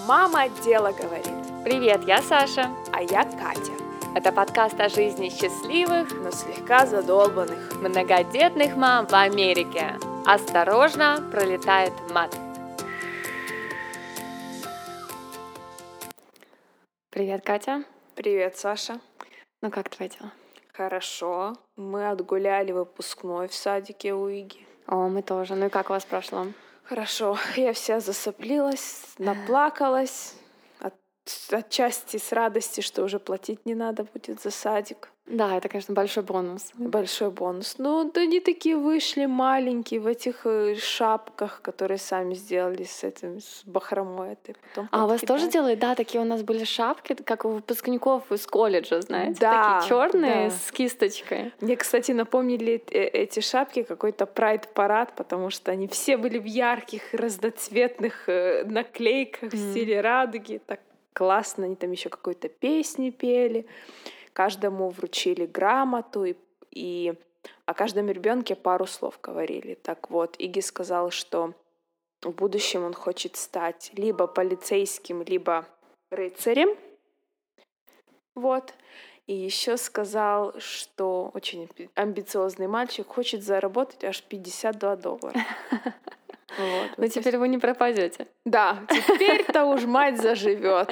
«Мама дело говорит». Привет, я Саша. А я Катя. Это подкаст о жизни счастливых, но слегка задолбанных многодетных мам в Америке. Осторожно, пролетает мат. Привет, Катя. Привет, Саша. Ну как твои дела? Хорошо. Мы отгуляли выпускной в садике у Иги. О, мы тоже. Ну и как у вас прошло? Хорошо. Я вся засоплилась, наплакалась. Отчасти с радости, что уже платить не надо будет за садик. Да, это, конечно, большой бонус. Большой бонус. Ну, да они такие вышли маленькие в этих шапках, которые сами сделали с бахромой этой. Потом у вас тоже делают? Да, такие у нас были шапки, как у выпускников из колледжа, знаете? Да, такие черные с кисточкой. Мне, кстати, напомнили эти шапки какой-то прайд-парад, потому что они все были в ярких, разноцветных наклейках в стиле радуги. Так классно, они там еще какой-то песни пели. Каждому вручили грамоту, и о каждом ребенке пару слов говорили. Так вот, Иги сказал, что в будущем он хочет стать либо полицейским, либо рыцарем. Вот. И еще сказал, что очень амбициозный мальчик хочет заработать аж $52. Ну теперь вы не пропадете. Да, теперь-то уж мать заживет.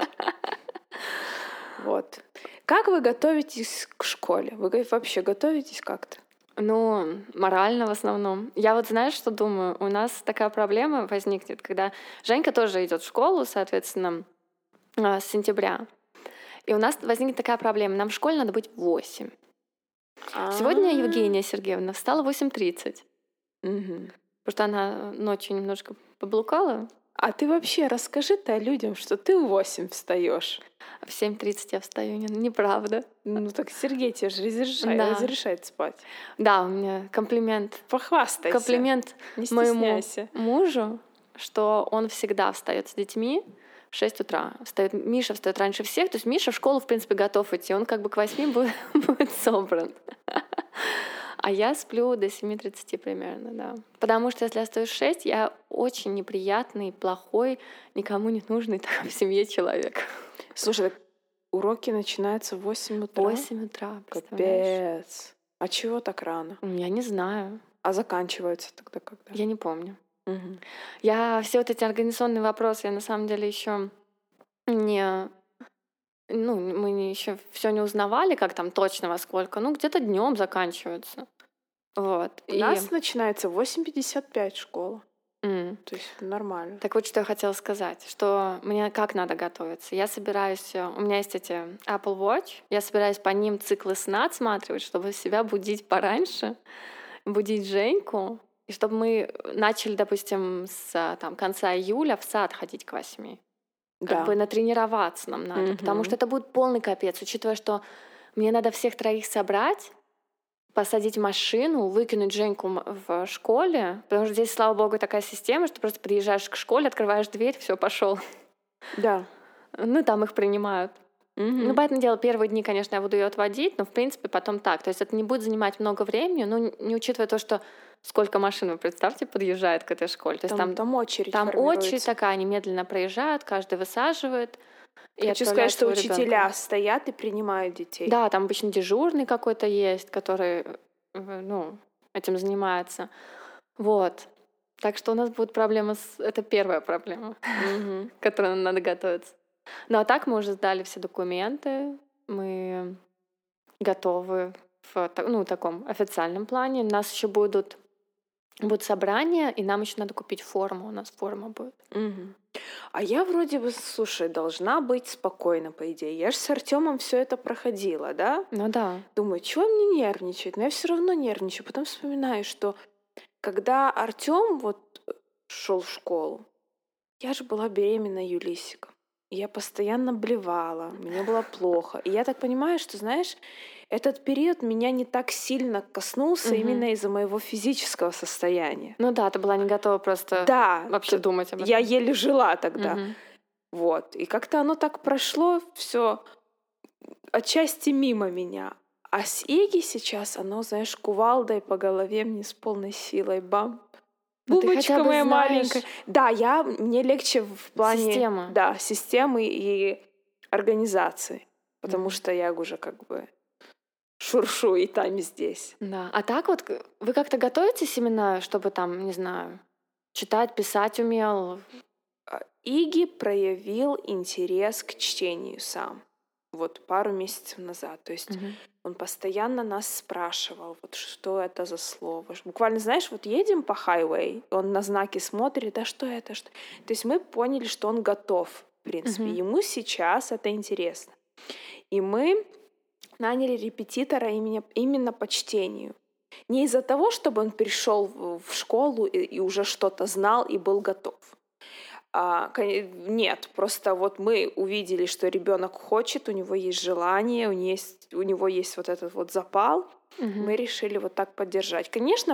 Вот. Как вы готовитесь к школе? Вы вообще готовитесь как-то? Ну, морально в основном. Я вот знаешь, что думаю? У нас такая проблема возникнет, когда Женька тоже идет в школу, соответственно, с сентября. И у нас возникнет такая проблема. Нам в школе надо быть в 8. Сегодня Евгения Сергеевна встала в 8:30. Потому что она ночью немножко поблукала. А ты вообще расскажи-то людям, что ты в 8 встаешь. В 7:30 я встаю, неправда. Ну так Сергей тебе же разрешает спать. Да, у меня комплимент. Похвастайся. Комплимент моему мужу, что он всегда встает с детьми в 6 утра. Миша встает раньше всех. То есть Миша в школу, в принципе, готов идти. Он как бы к 8 будет собран. А я сплю до 7:30 примерно, да. Потому что если я стою в 6, я очень неприятный, плохой, никому не нужный в семье человек. Слушай, уроки начинаются в 8 утра? 8 утра, Капец. А чего так рано? Я не знаю. А заканчиваются тогда когда? Я не помню. Я все вот эти организационные вопросы, я на самом деле еще не... мы еще все не узнавали, как там точно во сколько. Где-то днем заканчиваются. Вот. У нас начинается в 8:55 школа. То есть нормально. Так вот, что я хотела сказать, что мне как надо готовиться. Я собираюсь, у меня есть эти Apple Watch, я собираюсь по ним циклы сна отсматривать, чтобы себя будить пораньше, будить Женьку, и чтобы мы начали, допустим, с конца июля в сад ходить к 8. Как бы натренироваться нам надо, потому что это будет полный капец, учитывая, что мне надо всех троих собрать, посадить в машину, выкинуть Женьку в школе, потому что здесь, слава богу, такая система, что просто приезжаешь к школе, открываешь дверь, все, пошел. Да. Там их принимают. Поэтому дело, первые дни, конечно, я буду ее отводить, но в принципе потом так. То есть это не будет занимать много времени, не учитывая то, что сколько машин, вы представьте, подъезжает к этой школе. То есть там очередь Там очередь такая, они медленно проезжают, каждый высаживает. Хочу сказать, что учителя стоят и принимают детей. Да, там обычно дежурный какой-то есть, который этим занимается. Вот. Так что у нас будет проблема это первая проблема, к которой нам надо готовиться. А так мы уже сдали все документы, мы готовы в таком официальном плане. У нас еще будут собрания, и нам еще надо купить форму. У нас форма будет. А я вроде бы, слушай, должна быть спокойна, по идее. Я же с Артемом все это проходила, да? Ну да. Думаю, чего мне нервничать? Но я все равно нервничаю. Потом вспоминаю, что когда Артем шел в школу, я же была беременна Юлисиком. И я постоянно блевала, мне было плохо. И я так понимаю, что, знаешь, этот период меня не так сильно коснулся именно из-за моего физического состояния. Ну да, ты была не готова просто вообще думать об этом. Я еле жила тогда. Вот. И как-то оно так прошло, все отчасти мимо меня. А с Иги сейчас оно, знаешь, кувалдой по голове мне с полной силой, бам. Но ты хотя Бубочка бы моя знаешь маленькая. Да, мне легче в плане систему. да, системы и организации, потому Мгм. что я уже как бы шуршу и там, и здесь. Да. А так вот вы как-то готовитесь именно, чтобы там, не знаю, читать, писать умел? Иги проявил интерес к чтению сам. Вот пару месяцев назад. То есть Мгм. он постоянно нас спрашивал, вот что это за слово. Буквально, знаешь, вот едем по хайвей, он на знаки смотрит, а что это? Что? То есть мы поняли, что он готов, в принципе. Мгм. Ему сейчас это интересно. И мы наняли репетитора именно по чтению. Не из-за того, чтобы он пришел в школу и уже что-то знал и был готов. Нет, просто вот мы увидели, что ребенок хочет, у него есть желание, у него есть вот этот вот запал. Мгм. Мы решили вот так поддержать. Конечно,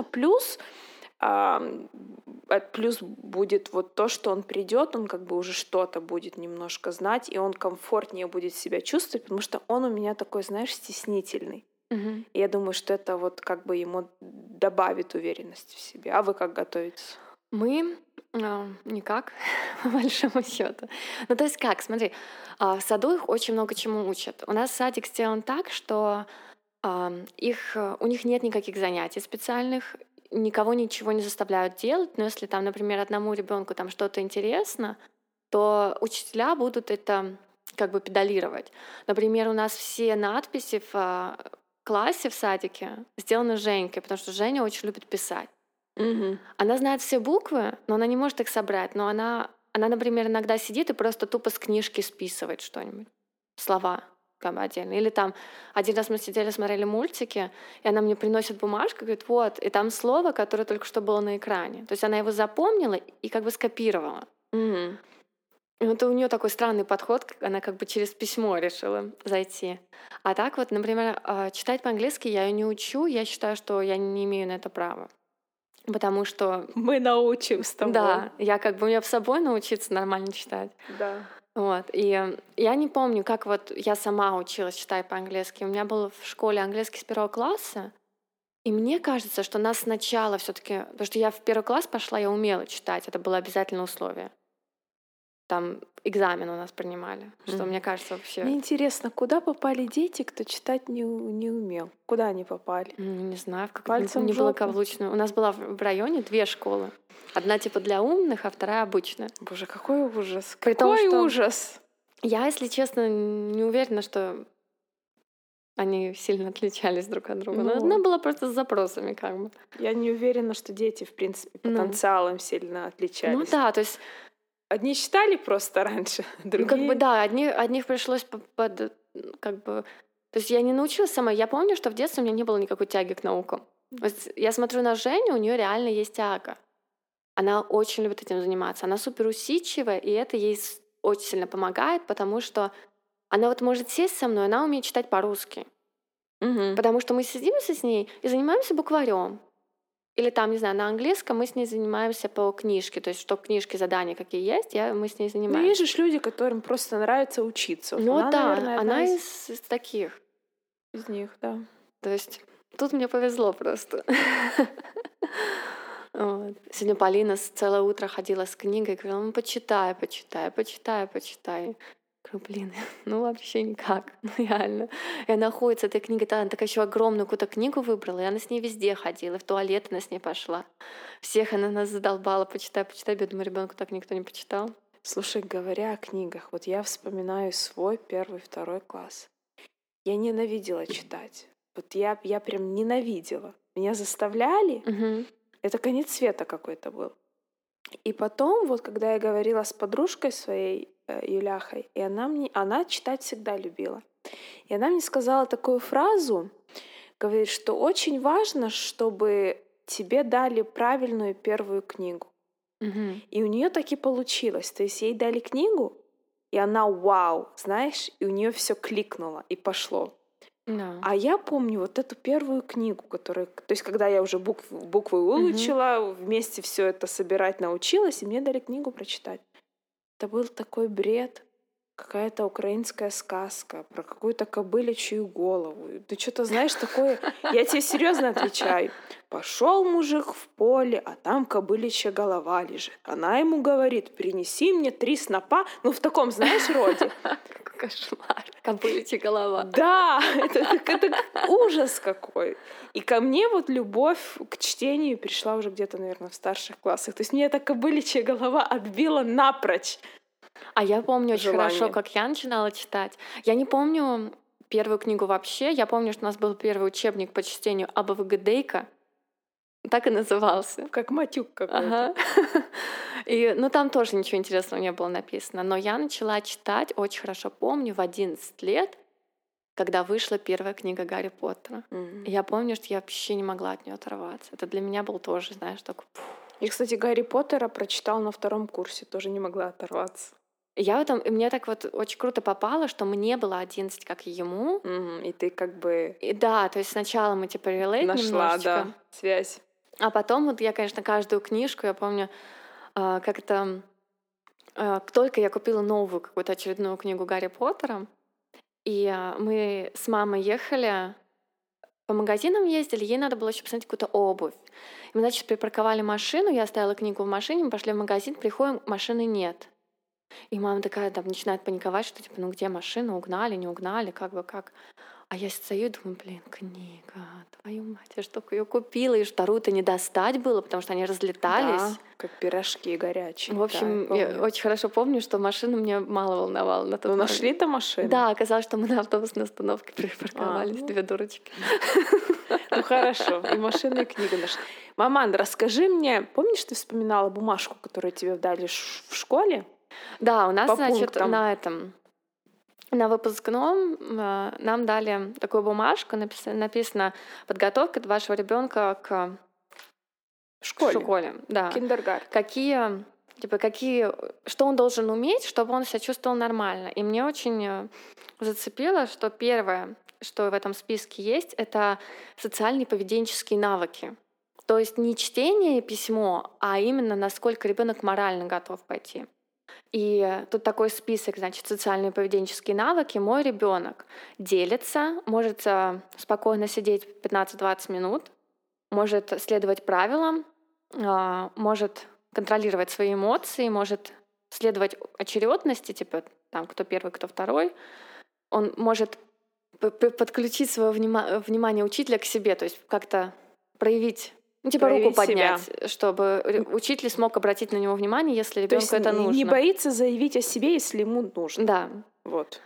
плюс будет вот то, что он придет, он как бы уже что-то будет немножко знать, и он комфортнее будет себя чувствовать, потому что он у меня такой, знаешь, стеснительный. Мгм. И я думаю, что это вот как бы ему добавит уверенности в себе. А вы как готовитесь? Мы никак, по большому счету. Ну, то есть как, смотри, в саду их очень много чему учат. У нас садик сделан так, что у них нет никаких занятий специальных, никого ничего не заставляют делать, но если там, например, одному ребенку там что-то интересно, то учителя будут это как бы педалировать. Например, у нас все надписи в классе в садике сделаны Женькой, потому что Женя очень любит писать. Мгм. Она знает все буквы, но она не может их собрать. Но она, например, иногда сидит и просто тупо с книжки списывает что-нибудь. Слова как бы отдельно. Или там один раз мы сидели, смотрели мультики, и она мне приносит бумажку, говорит, вот, и там слово, которое только что было на экране. То есть она его запомнила и как бы скопировала. Мгм. И вот у нее такой странный подход, она как бы через письмо решила зайти. А так вот, например, читать по-английски я ее не учу, я считаю, что я не имею на это права. Потому что Мы научим с тобой. да, я как бы мне с собой научиться нормально читать. Да. Вот. И я не помню, как вот я сама училась читать по-английски. У меня был в школе английский с 1 класса, и мне кажется, что нас сначала все таки потому что я в 1 класс пошла, я умела читать, это было обязательное условие. Там экзамен у нас принимали, что, Мгм. мне кажется, Мне вообще, интересно, куда попали дети, кто читать не умел? Куда они попали? не знаю, в какую-то Пальцем в жопу? неблагополучную. У нас была в районе 2 школы. Одна типа для умных, а вторая обычная. Боже, какой ужас! При том, Какой что ужас! я, если честно, не уверена, что они сильно отличались друг от друга. Но одна Ну, была просто с запросами как бы. я не уверена, что дети, в принципе, Ну, потенциалом сильно ну отличались. да, то есть, Одни читали просто раньше, ну как бы другие... да, одних пришлось как бы... То есть я не научилась сама. Я помню, что в детстве у меня не было никакой тяги к наукам. Вот я смотрю на Женю, у нее реально есть тяга. Она очень любит этим заниматься. Она супер усидчивая, и это ей очень сильно помогает, потому что она вот может сесть со мной, она умеет читать по-русски. Мгм. Потому что мы сидимся с ней и занимаемся букварем. Или там, не знаю, на английском мы с ней занимаемся по книжке. То есть, что книжки, задания какие есть, мы с ней Ну, занимаемся. есть же люди, которым просто нравится учиться. Вот Ну она, вот да, наверное, она одна из таких. из них, да. То есть тут мне повезло просто. Вот. Сегодня Полина целое утро ходила с книгой, говорила, ну почитай, почитай, почитай, почитай. Говорю, блин, ну вообще никак, ну реально. И она ходит с этой книгой, она такая еще огромную какую-то книгу выбрала, и она с ней везде ходила, и в туалет она с ней пошла. Всех она нас задолбала, почитай, почитай. Бедному ребенку так никто не почитал. Слушай, говоря о книгах, вот я вспоминаю свой 1-2 класс. Я ненавидела читать. Вот я прям ненавидела. Меня заставляли. Мгм. Это конец света какой-то был. И потом, вот когда я говорила с подружкой своей, Юляхой, и она читать всегда любила. И она мне сказала такую фразу, говорит, что очень важно, чтобы тебе дали правильную первую книгу. Мгм. И у нее так и получилось. То есть ей дали книгу, и она вау, знаешь, и у нее все кликнуло и пошло. Да. А я помню вот эту первую книгу, то есть когда я уже буквы Мгм. выучила, вместе все это собирать научилась, и мне дали книгу прочитать. Это был такой бред. какая-то украинская сказка про какую-то кобыличью голову. Ты что-то знаешь такое? Я тебе серьезно отвечаю. Пошел мужик в поле, а там кобыличья голова лежит. Она ему говорит: принеси мне 3 снопа. Ну, в таком, знаешь, роде. Кошмар. Кобыличья голова. Да, это ужас какой. И ко мне вот любовь к чтению пришла уже где-то, наверное, в старших классах. То есть мне эта кобыличья голова отбила напрочь А я помню очень желание. хорошо, как я начинала читать. Я не помню первую книгу вообще. Я помню, что у нас был первый учебник по чтению «Абавгдейка». Так и назывался. Как матюк какой-то. Ага. И, ну, там тоже ничего интересного не было написано. Но я начала читать, очень хорошо помню, в 11 лет, когда вышла первая книга Гарри Поттера. И я помню, что я вообще не могла от нее оторваться. Это для меня был тоже, знаешь, такой... И, кстати, Гарри Поттера прочитал на 2 курсе, тоже не могла оторваться. Я в этом, и мне так вот очень круто попало, что мне было 11, как и ему. И ты как бы И да, то есть сначала мы типа релейт нашла, немножечко, да, связь. а потом вот я, конечно, каждую книжку, я помню, как это... Только я купила новую какую-то очередную книгу Гарри Поттера, и мы с мамой ехали, по магазинам ездили, ей надо было еще посмотреть какую-то обувь. И мы, значит, припарковали машину, я оставила книгу в машине, мы пошли в магазин, приходим, машины нет. И мама такая там начинает паниковать, что типа, ну где машина, угнали, не угнали, как бы как. А я стою и думаю, блин, книга, твою мать, я ж только ее купила, и вторую-то не достать было, потому что они разлетались. Да, как пирожки горячие. В общем, я очень хорошо помню, что машина мне мало волновала на тот Ну, момент. нашли-то машину? Да, оказалось, что мы на автобусной остановке припарковались, ну. две дурочки. Ну хорошо, и машину, и книгу нашли. Маман, расскажи мне, помнишь, ты вспоминала бумажку, которую тебе дали в школе? Да, у нас, По значит, пунктам. на выпускном нам дали такую бумажку, написано «Подготовка вашего ребенка к школе». Да. Киндергарten. Что он должен уметь, чтобы он себя чувствовал нормально. И мне очень зацепило, что первое, что в этом списке есть, это социальные поведенческие навыки. То есть не чтение и письмо, а именно насколько ребенок морально готов пойти. И тут такой список, значит, социальные поведенческие навыки. Мой ребенок делится, может спокойно сидеть 15-20 минут, может следовать правилам, может контролировать свои эмоции, может следовать очередности, типа там кто первый, кто второй. Он может подключить свое внимание учителя к себе, то есть как-то проявить, руку поднять, чтобы учитель смог обратить на него внимание, если ребенку это нужно. Не боится заявить о себе, если ему нужно. Да. Вот.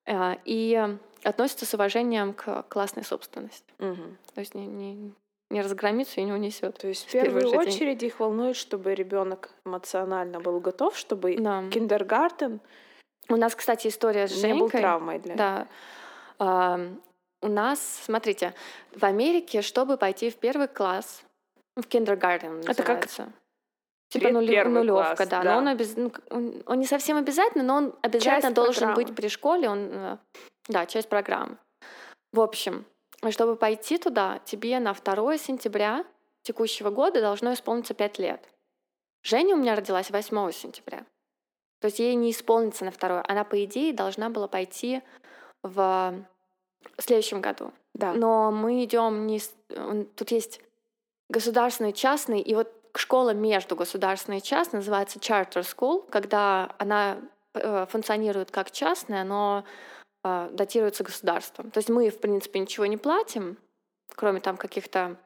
И относится с уважением к классной собственности. То есть не разгромится и не унесет. То есть в первую очередь их волнует, чтобы ребенок эмоционально был готов, чтобы киндергартен. У нас, кстати, история с Женькой. Не был травмой для него. Да. У нас, смотрите, в Америке, чтобы пойти в первый класс, в kindergarten называется. Это как типа нулевка, класс, да. Но он не совсем обязательно, но он обязательно должен быть при школе. Часть программы. В общем, чтобы пойти туда, тебе на 2 сентября текущего года должно исполниться 5 лет. Женя у меня родилась 8 сентября. То есть ей не исполнится на 2. Она, по идее, должна была пойти в следующем году. Да. Но мы идем Тут есть государственный, частный, и вот школа между государственной и частной называется charter school, когда она функционирует как частная, но датируется государством. То есть мы, в принципе, ничего не платим, кроме там каких-то...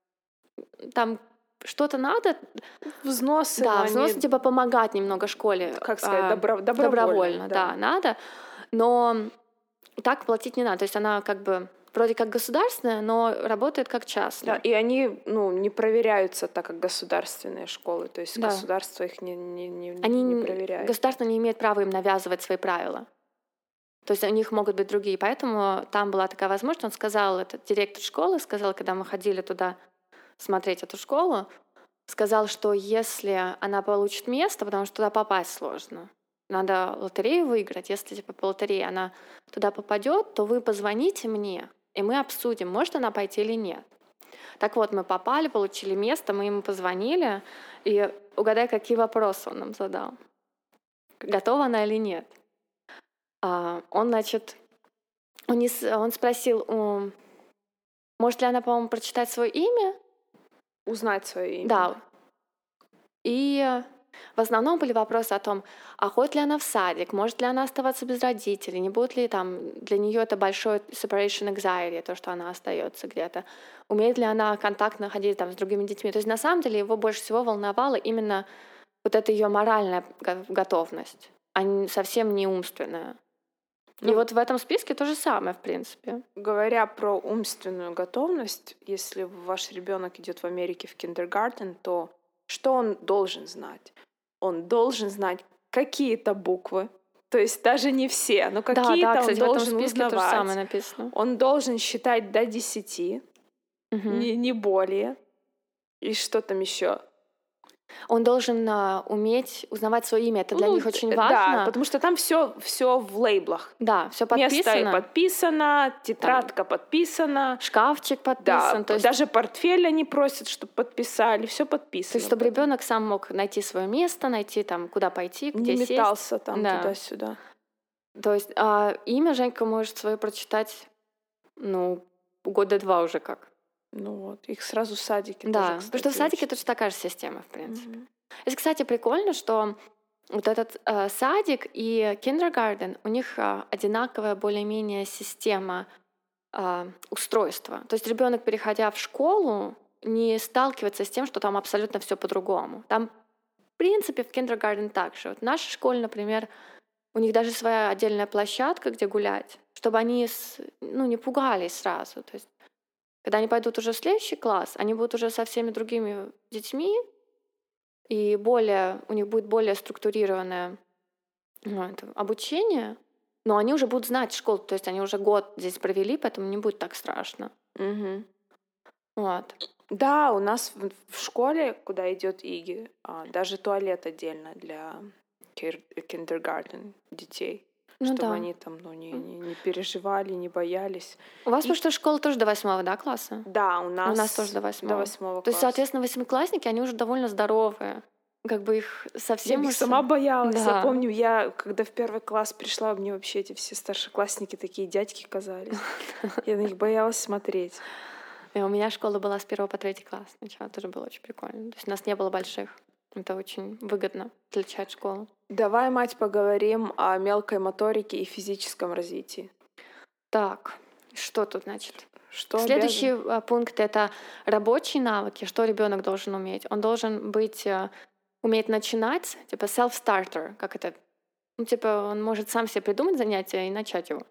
Там что-то надо. Взносы. Да, взносы, типа помогать немного школе. Как сказать, добровольно, да, надо. Но так платить не надо. То есть она как бы вроде как государственная, но работает как частная. Да, и они не проверяются так, как государственные школы. То есть государство их не проверяет. Государство не имеет права им навязывать свои правила. То есть у них могут быть другие. Поэтому там была такая возможность. Он сказал, этот директор школы сказал, когда мы ходили туда смотреть эту школу, сказал, что если она получит место, потому что туда попасть сложно, надо лотерею выиграть. Если по лотерее она туда попадет, то вы позвоните мне, и мы обсудим, может она пойти или нет. Так вот, мы попали, получили место, мы ему позвонили, и угадай, какие вопросы он нам задал. Готова она или нет? Он, значит, он спросил, может ли она, по-моему, прочитать свое имя? Узнать свое имя. Да. И в основном были вопросы о том, а ходит ли она в садик, может ли она оставаться без родителей, не будет ли там для нее это большой separation anxiety, то, что она остается где-то, умеет ли она контактно ходить там с другими детьми. То есть на самом деле его больше всего волновало именно вот эта ее моральная готовность, а совсем не умственная. И вот в этом списке то же самое, в принципе. Говоря про умственную готовность, если ваш ребенок идет в Америке в киндергартен, то что он должен знать? Он должен знать какие-то буквы, то есть даже не все, но какие-то кстати, он в этом должен списке узнавать. то же самое написано. Он должен считать до 10, не более. И что там еще? Он должен уметь узнавать свое имя. Это для них очень важно. Да, потому что там все в лейблах. Да, все подписано. Место подписано, тетрадка подписана, шкафчик подписан. Да, то есть даже портфель они просят, чтобы подписали, все подписано. То есть, чтобы ребенок сам мог найти свое место, найти там, куда пойти, где не сесть. метался там туда-сюда. То есть имя Женька может свое прочитать, 2 года уже как. Ну вот, их сразу в садике Да, тоже, кстати, потому что в садике учат. точно такая же система, в принципе. Это, кстати, прикольно, что вот этот садик и киндергартен, у них одинаковая более-менее система устройства. То есть ребенок, переходя в школу, не сталкивается с тем, что там абсолютно все по-другому. Там, в принципе, в киндергартен так же. Вот в нашей школе, например, у них даже своя отдельная площадка, где гулять, чтобы они не пугались сразу. То есть когда они пойдут уже в следующий класс, они будут уже со всеми другими детьми, и у них будет более структурированное обучение, но они уже будут знать школу, то есть они уже год здесь провели, поэтому не будет так страшно. Вот. Да, у нас в школе, куда идет Иги, даже туалет отдельно для киндергартен детей. Чтобы они там не переживали, не боялись. У вас потому что школа тоже до 8 класса? Да, у нас тоже до 8. До 8 класса. То есть, соответственно, 8-классники, они уже довольно здоровые. Как бы их совсем... Я сама боялась. Да. Я помню, когда в 1 класс пришла, мне вообще эти все старшеклассники такие дядьки казались. Я на них боялась смотреть. И у меня школа была с 1 по 3 класс. Сначала тоже было очень прикольно. То есть у нас не было больших. Это очень выгодно отличать школу. Давай, мать, поговорим о мелкой моторике и физическом развитии. Так, что тут, значит? Следующий пункт — это рабочие навыки. Что ребенок должен уметь? Он должен уметь начинать, типа self-starter, как это? Он может сам себе придумать занятие и начать его.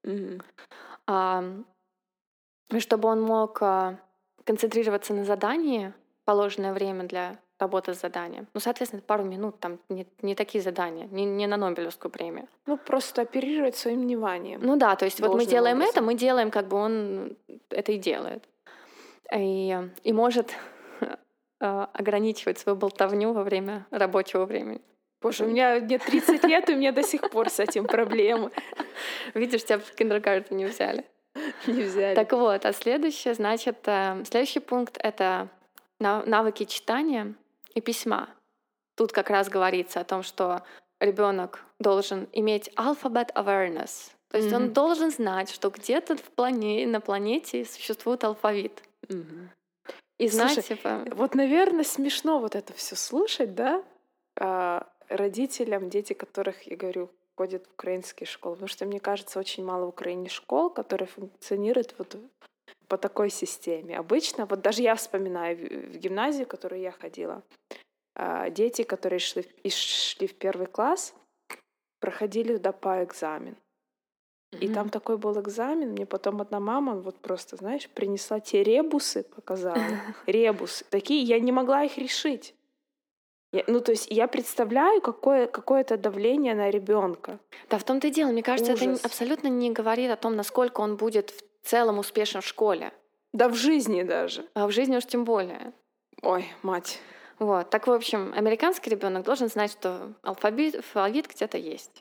Чтобы он мог концентрироваться на задании, положенное время для работы с заданием. Соответственно, пару минут, там не такие задания, не на Нобелевскую премию. Просто оперировать своим вниманием. То есть вот мы делаем это, мы делаем, как бы он это и делает. И может ограничивать свою болтовню во время рабочего времени. Боже, мне 30 лет, и у меня до сих пор с этим проблемы. Видишь, тебя в киндергартен не взяли. Не взяли. Так вот, следующий пункт — это навыки читания и письма. Тут как раз говорится о том, что ребенок должен иметь alphabet awareness. То есть он должен знать, что где-то на планете существует алфавит. И знать, вот, наверное, смешно вот это все слушать, да? Родителям, дети которых, я говорю, ходят в украинские школы. Потому что, мне кажется, очень мало в Украине школ, которые функционируют вот по такой системе. Обычно, вот даже я вспоминаю в гимназию, в которую я ходила, дети, которые шли в 1 класс, проходили туда по экзамен. И там такой был экзамен, мне потом одна мама вот просто, знаешь, принесла те ребусы, показала. Ребусы. Такие, я не могла их решить. То есть я представляю, какое-то давление на ребенка. Да, в том-то и дело. Мне кажется, это абсолютно не говорит о том, насколько он будет в целом успешен в школе. Да в жизни даже. А в жизни уж тем более. Ой, мать. Вот. Так, в общем, американский ребенок должен знать, что алфавит где-то есть.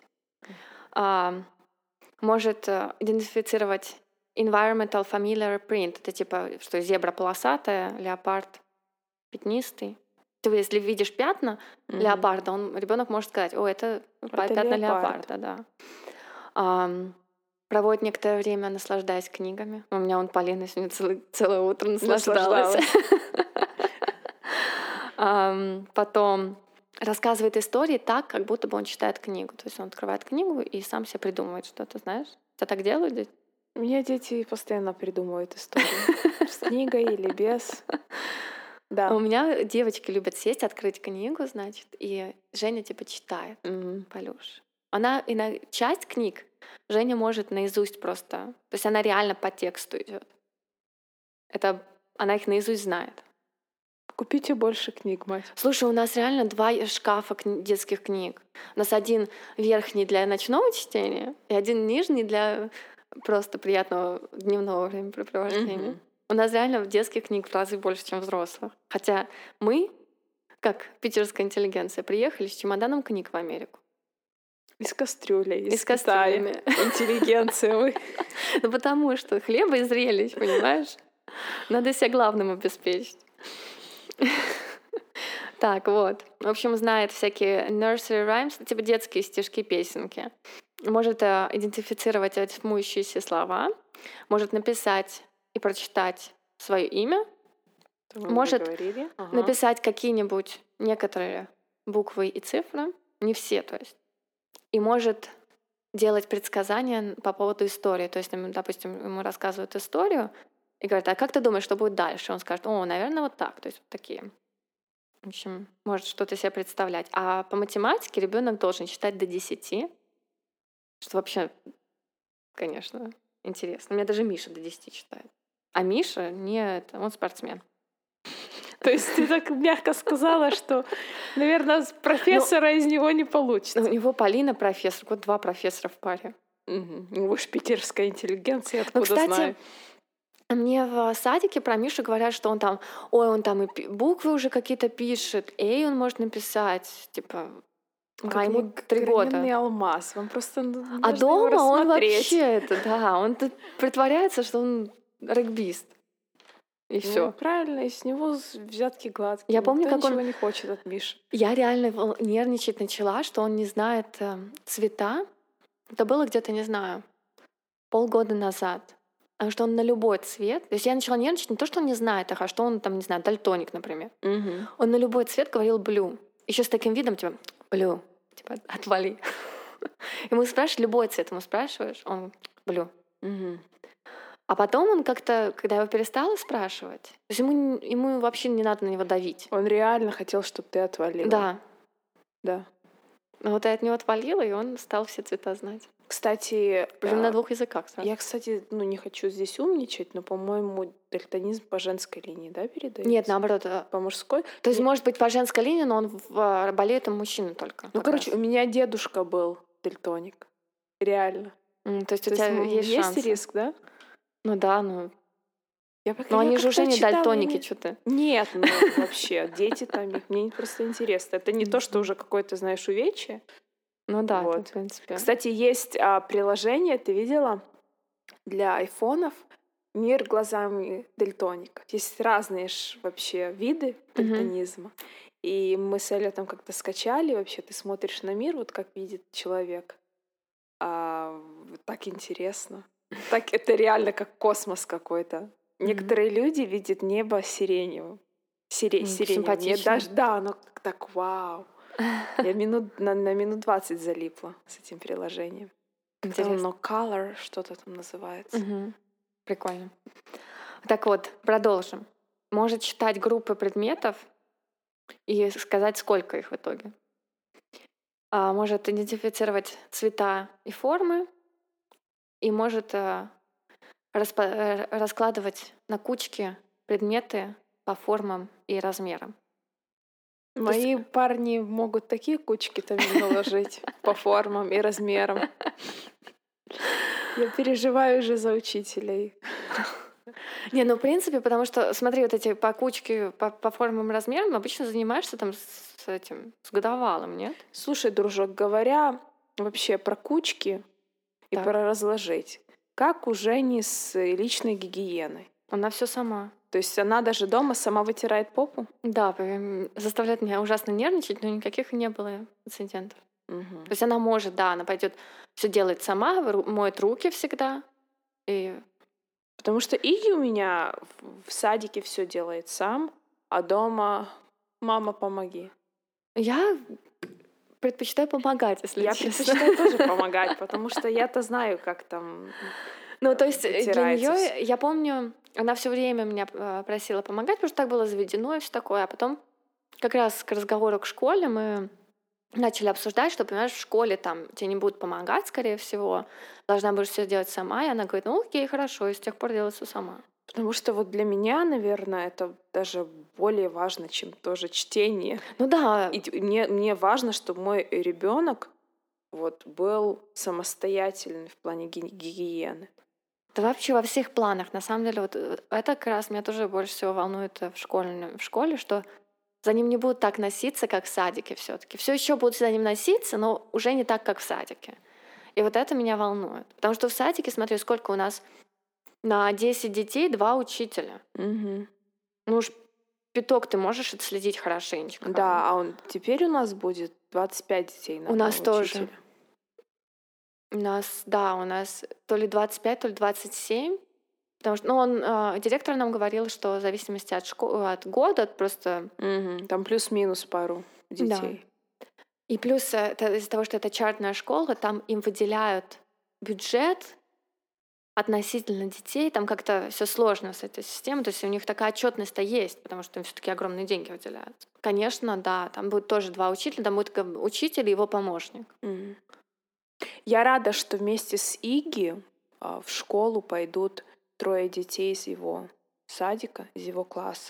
Может идентифицировать environmental familiar print. Это типа, что зебра полосатая, леопард пятнистый. Ты, если видишь пятна леопарда, ребенок может сказать: о, это пятна леопарда, да. Проводит некоторое время, наслаждаясь книгами. У меня Полина сегодня целое утро наслаждалась. Потом рассказывает истории так, как будто бы он читает книгу. То есть он открывает книгу и сам себе придумывает что-то, знаешь? Тебя так делают, дети? У меня дети постоянно придумывают истории. С книгой или без. Да. У меня девочки любят сесть, открыть книгу, значит, и Женя типа читает. Полюш. Часть книг Женя может наизусть просто. То есть она реально по тексту идет. Она их наизусть знает. Купите больше книг, мать. Слушай, у нас реально 2 шкафа детских книг. У нас один верхний для ночного чтения и один нижний для просто приятного дневного времяпрепровождения. У нас реально детских книг в разы больше, чем взрослых. Хотя мы, как питерская интеллигенция, приехали с чемоданом книг в Америку. И с кастрюлей, и с кастрюлями. Интеллигенция вы. Ну потому что хлеба и зрелищ, понимаешь? Надо себя главным обеспечить. Так, вот. В общем, знает всякие nursery rhymes, типа детские стишки, песенки. Может идентифицировать рифмующиеся слова. Может написать и прочитать свое имя. Может написать какие-нибудь некоторые буквы и цифры. Не все, то есть. И может делать предсказания по поводу истории. То есть, допустим, ему рассказывают историю и говорят, а как ты думаешь, что будет дальше? Он скажет, наверное, вот так. То есть вот такие. В общем, может что-то себе представлять. А по математике ребенок должен считать до 10. Что вообще, конечно, интересно. У меня даже Миша до 10 читает. А Миша он спортсмен. То есть ты так мягко сказала, что, наверное, профессора из него не получится. У него Полина профессор, 2 профессора в паре. Вы ж питерская интеллигенция, откуда кстати, знаю. Мне в садике про Мишу говорят, что он там и буквы уже какие-то пишет, он может написать, типа, ему 3 года. Алмаз, вам просто А дома он вообще он притворяется, что он регбист. И все. Правильно, и с него взятки гладкие. Я помню, как он не хочет от Миши. Я реально нервничать начала, что он не знает цвета. Это было где-то, не знаю, полгода назад. Потому что он на любой цвет. То есть я начала нервничать не то, что он не знает, а что он там, не знаю, дальтоник, например. Он на любой цвет говорил blue. Еще с таким видом, типа, blue, типа, отвали. Ему спрашиваешь любой цвет, ему спрашиваешь, он blue. А потом он как-то, когда я его перестала спрашивать, то есть ему вообще не надо на него давить. Он реально хотел, чтобы ты отвалила. Да. Но вот я от него отвалила, и он стал все цвета знать. Кстати, прям на 2 языках сразу. Я, кстати, не хочу здесь умничать, но, по-моему, дальтонизм по женской линии, да, передается? Нет, наоборот. По мужской? То есть, может быть, по женской линии, но он болеет у мужчин только. У меня дедушка был дальтоник. Реально. То есть у тебя есть шансы. Риск, да? Ну да, но они же уже не дальтоники, что-то. Нет, вообще, дети там, мне просто интересно. Это не то, что уже какое-то, знаешь, увечье. Ну да, в принципе. Кстати, есть приложение, ты видела, для айфонов «Мир глазами дальтоников». Есть разные вообще виды дальтонизма. И мы с Эллой там как-то скачали, вообще ты смотришь на мир, вот как видит человек. Так интересно. Так это реально как космос какой-то. Некоторые люди видят небо сиреневым. Симпатично. Даже, оно так вау. Я на минут 20 залипла с этим приложением. Но Color что-то там называется. Прикольно. Так вот, продолжим. Может считать группы предметов и сказать, сколько их в итоге. Может идентифицировать цвета и формы. И может раскладывать на кучки предметы по формам и размерам. Мои парни могут такие кучки там наложить по формам и размерам. Я переживаю уже за учителей. Не, в принципе, потому что, смотри, вот эти по кучке, по формам и размерам обычно занимаешься там с годовалым, нет? Слушай, дружок, говоря вообще про кучки и про разложить, как у Жени с личной гигиеной? Она все сама. То есть она даже дома сама вытирает попу? Да, заставляет меня ужасно нервничать, но никаких не было инцидентов. То есть она может, она пойдет все делает сама, моет руки всегда. И Потому что Иги у меня в садике все делает сам, а дома мама, помоги. я предпочитаю помогать, если Я честно. предпочитаю тоже помогать, потому что я-то знаю, как там Ну, то есть для вытирается всё. нее, я помню, она все время меня просила помогать, потому что так было заведено и все такое. А потом как раз к разговору к школе мы начали обсуждать, что, понимаешь, в школе там тебе не будут помогать, скорее всего, должна будешь все делать сама. И она говорит, ну окей, хорошо, и с тех пор делаю все сама. Потому что вот для меня, наверное, это даже более важно, чем тоже чтение. Ну да, И мне важно, чтобы мой ребенок вот был самостоятельный в плане гигиены. да вообще во всех планах. На самом деле, вот это как раз меня тоже больше всего волнует в школе, что за ним не будут так носиться, как в садике все-таки. Все еще будут за ним носиться, но уже не так, как в садике. И вот это меня волнует. Потому что в садике, смотри, сколько у нас на 10 детей 2 учителя. Мгм. Ну уж пяток ты можешь отследить хорошенечко. Да, а теперь у нас будет 25 детей на У нас одного тоже. учителя. У нас то ли 25, то ли 27. Потому что, ну, директор нам говорил, что в зависимости от года просто... Мгм. Там плюс-минус пару Да. детей. И плюс это из-за того, что это чартная школа, там им выделяют бюджет относительно детей, там как-то все сложно с этой системой, то есть у них такая отчетность-то есть, потому что им все-таки огромные деньги выделяют. Конечно, да, там будет тоже 2 учителя, там будет учитель и его помощник. Мгм. Я рада, что вместе с Иги в школу пойдут 3 детей из его садика, из его класса.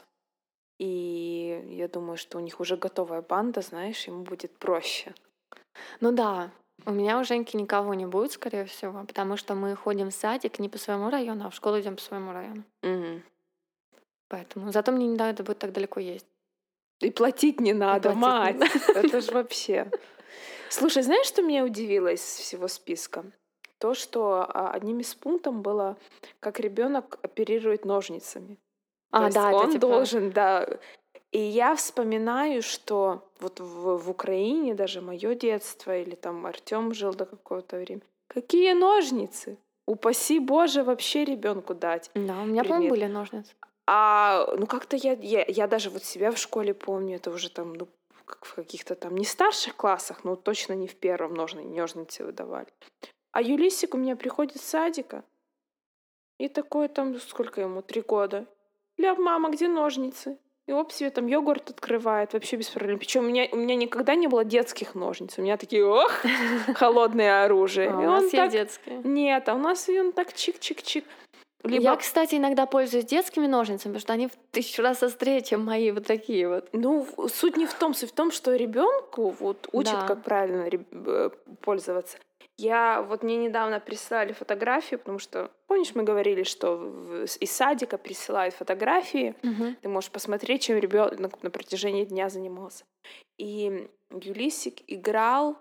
И я думаю, что у них уже готовая банда, знаешь, ему будет проще. Ну да, у меня у Женьки никого не будет, скорее всего, потому что мы ходим в садик не по своему району, а в школу идем по своему району. Мгм. Поэтому зато мне не надо будет так далеко ездить. И платить не надо, платить не мать. надо. Это ж вообще. Слушай, знаешь, что меня удивило из всего списка? То, что одним из пунктов было, как ребенок оперирует ножницами. То есть Да, это он типа... должен, да. И я вспоминаю, что вот в Украине даже мое детство или там Артем жил до какого-то времени. Какие ножницы? Упаси Боже вообще ребенку дать Да, у меня, по-моему, предмет. были ножницы. Ну как-то я даже вот себя в школе помню, это уже там, ну, как в каких-то там не старших классах, но точно не в первом ножницы выдавали. А Юлисик у меня приходит с садика, и такой там, сколько ему, 3 года. Ля, мама, где ножницы? И оп, себе там йогурт открывает, вообще без проблем. Причем у меня никогда не было детских ножниц. У меня такие, ох, холодное оружие. У И нас он есть так... детские. Нет, а у нас и он так чик-чик-чик. Я, кстати, иногда пользуюсь детскими ножницами, потому что они в 1000 раз острее, чем мои вот такие вот. Ну, суть не в том, суть в том, что ребенку вот учат, Да. как правильно пользоваться. Мне недавно прислали фотографию, потому что, помнишь, мы говорили, что из садика присылают фотографии, Мгм. ты можешь посмотреть, чем ребенок на протяжении дня занимался. И Юлисик играл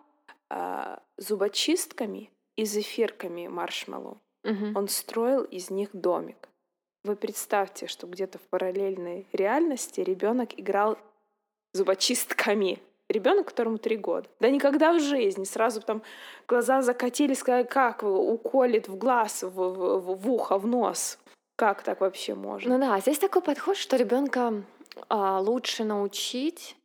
зубочистками и зефирками маршмеллоу. Мгм. Он строил из них домик. Вы представьте, что где-то в параллельной реальности ребенок играл зубочистками. Ребенок, которому 3 года. Да никогда в жизни. Сразу там глаза закатили, сказали, как уколет в глаз, в ухо, в нос. Как так вообще можно? Ну да, здесь такой подход, что ребенка лучше научить,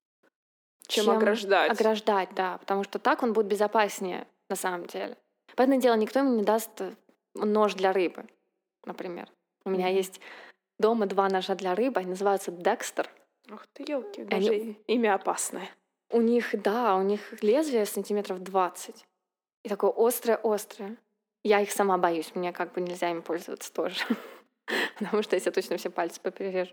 Чем ограждать. ограждать, да, потому что так он будет безопаснее на самом деле. Понятное дело, никто ему не даст нож для рыбы, например. У меня Мгм. есть дома 2 ножа для рыбы, они называются Декстер. Ах ты, елки, они- даже имя опасное. У них лезвие сантиметров 20. И такое острое-острое. Я их сама боюсь, мне как бы нельзя им пользоваться тоже. Потому что я себе точно все пальцы поперережу.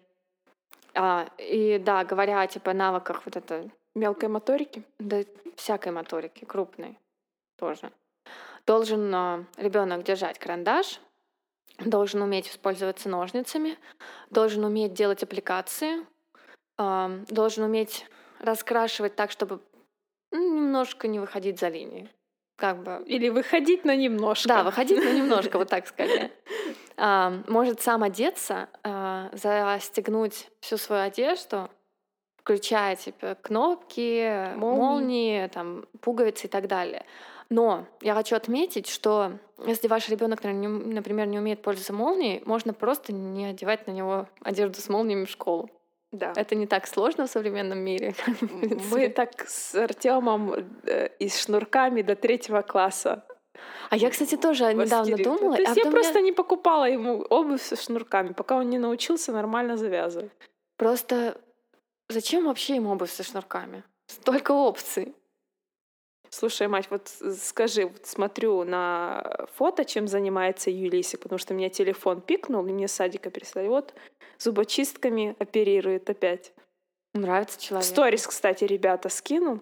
И да, говоря типа о навыках вот это, Мелкой моторики? да, всякой моторики, крупной тоже. Должен ребенок держать карандаш, должен уметь пользоваться ножницами, должен уметь делать аппликации, должен уметь раскрашивать так, чтобы немножко не выходить за линию. Как бы. Или выходить на немножко. Да, выходить, но немножко, вот так скорее. Может сам одеться, застегнуть всю свою одежду, включая типа кнопки, Молнии. молнии, там, пуговицы и так далее. Но я хочу отметить, что если ваш ребенок, например, не умеет пользоваться молнией, можно просто не одевать на него одежду с молниями в школу. Да. Это не так сложно в современном мире. Мы так с Артемом и с шнурками до 3 класса. А я, кстати, тоже недавно думала. То есть я просто не покупала ему обувь со шнурками, пока он не научился нормально завязывать. Просто зачем вообще ему обувь со шнурками? Столько опций. Слушай, мать, вот скажи, вот смотрю на фото, чем занимается Юлисик, потому что у меня телефон пикнул, и мне с садика прислали. Вот зубочистками оперирует опять. Нравится человек. Сторис, кстати, ребята, скину.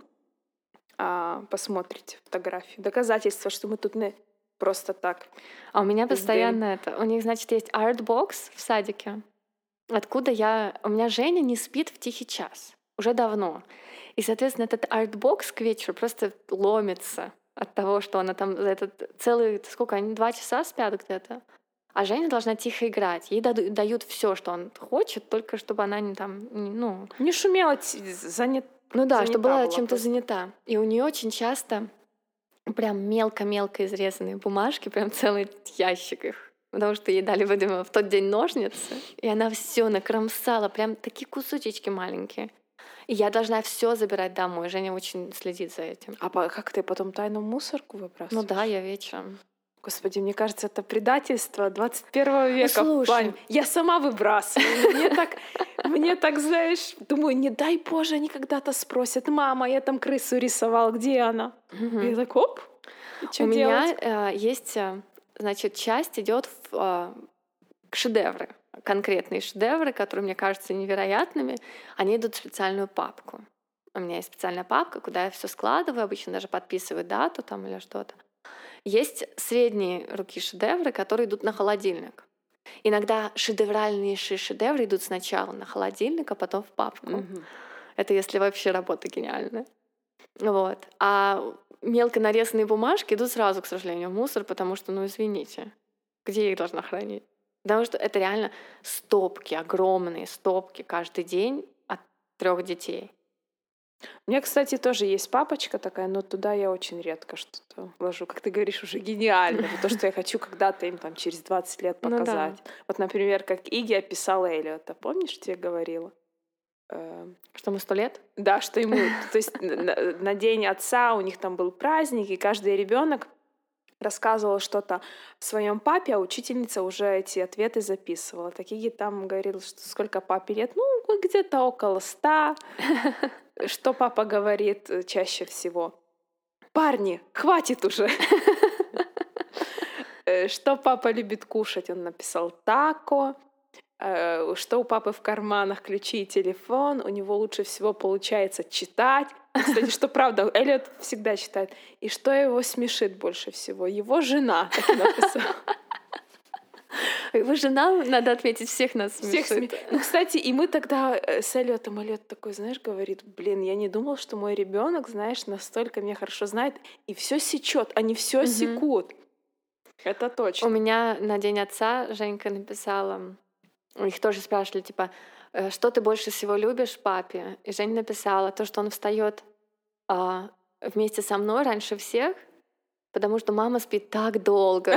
Посмотрите фотографию. Доказательство, что мы тут не просто так. А у меня постоянно это. У них, значит, есть артбокс в садике. Откуда у меня Женя не спит в тихий час. Уже давно. И, соответственно, этот артбокс к вечеру просто ломится от того, что она там за этот сколько они, 2 часа спят где-то. А Женя должна тихо играть. Ей дают все, что он хочет, только чтобы она не шумела, занята. Ну да, чтобы была чем-то занята. И у нее очень часто прям мелко-мелко изрезанные бумажки, прям целый ящик их. Потому что ей дали, видимо, в тот день ножницы, и она все накромсала, прям такие кусочки маленькие. И я должна все забирать домой. Женя очень следит за этим. А как ты потом тайну в мусорку выбрасываешь? Ну да, я вечером. Господи, мне кажется, это предательство 21 века. Ну, слушай. Я сама выбрасываю. Мне так, знаешь, думаю, не дай Боже, они когда-то спросят: мама, я там крысу рисовал, где она? И я так, оп, что делать? У меня есть, значит, часть идет в шедевры. Конкретные шедевры, которые мне кажутся невероятными, они идут в специальную папку. У меня есть специальная папка, куда я все складываю, обычно даже подписываю дату там или что-то. Есть средние руки шедевры, которые идут на холодильник. Иногда шедевральнейшие шедевры идут сначала на холодильник, а потом в папку. Это если вообще работа гениальная. Вот. А мелко нарезанные бумажки идут сразу, к сожалению, в мусор, потому что, извините, где я их должна хранить? Потому что это реально стопки, огромные стопки каждый день от 3 детей. У меня, кстати, тоже есть папочка такая, но туда я очень редко что-то вложу. Как ты говоришь, уже гениально. То, что я хочу когда-то им там через 20 лет показать. Вот, например, как Игги описал Эллиота. Помнишь, тебе говорила? Что ему 100 лет? Да, что ему... То есть на День отца у них там был праздник, и каждый ребенок рассказывала что-то своем папе, а учительница уже эти ответы записывала. Такие там говорил, что сколько папе лет, где-то около 100. Что папа говорит чаще всего? Парни, хватит уже. Что папа любит кушать? Он написал тако. Что у папы в карманах? Ключи и телефон. У него лучше всего получается читать. Кстати, что правда, Эллиот всегда читает. И что его смешит больше всего? Его жена, так и написала. Его жена, надо отметить, всех нас смешит. Кстати, и мы тогда с Эллиотом, Эллиот такой, знаешь, говорит: блин, я не думал, что мой ребенок, знаешь, настолько меня хорошо знает и все сечет, они все секут. Это точно. У меня на День отца Женька написала, их тоже спрашивали, типа, что ты больше всего любишь папе? И Женя написала то, что он встает вместе со мной раньше всех, потому что мама спит так долго.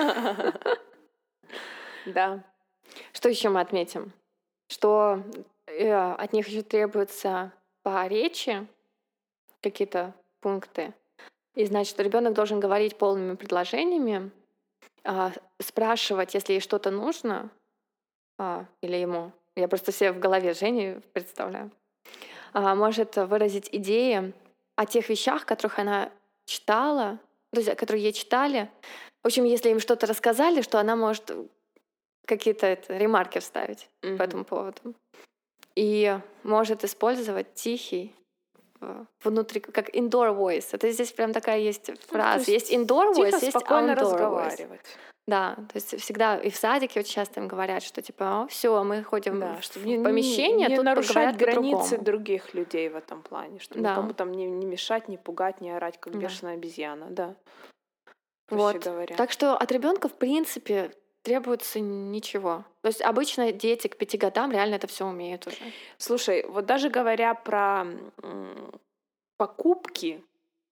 Да. Что еще мы отметим? Что от них еще требуется по речи какие-то пункты. И значит, что ребенок должен говорить полными предложениями, спрашивать, если ей что-то нужно, или ему. Я просто себе в голове Жени представляю. Может выразить идеи о тех вещах, которых она читала, то есть, которые ей читали. В общем, если им что-то рассказали, что она может какие-то ремарки вставить по этому поводу. И может использовать тихий внутри, как indoor voice. Это здесь прям такая есть фраза. Есть indoor voice, есть outdoor разговаривать. Voice. Да, то есть всегда и в садике очень часто им говорят, что типа, все, мы ходим в помещение, не тут нарушать границы по-другому. других людей в этом плане, чтобы никому там не мешать, не пугать, не орать, как бешеная обезьяна, да. Вот. Говоря. Так что от ребенка в принципе требуется ничего. То есть обычно дети к 5 годам реально это все умеют уже. Слушай, вот даже говоря про покупки,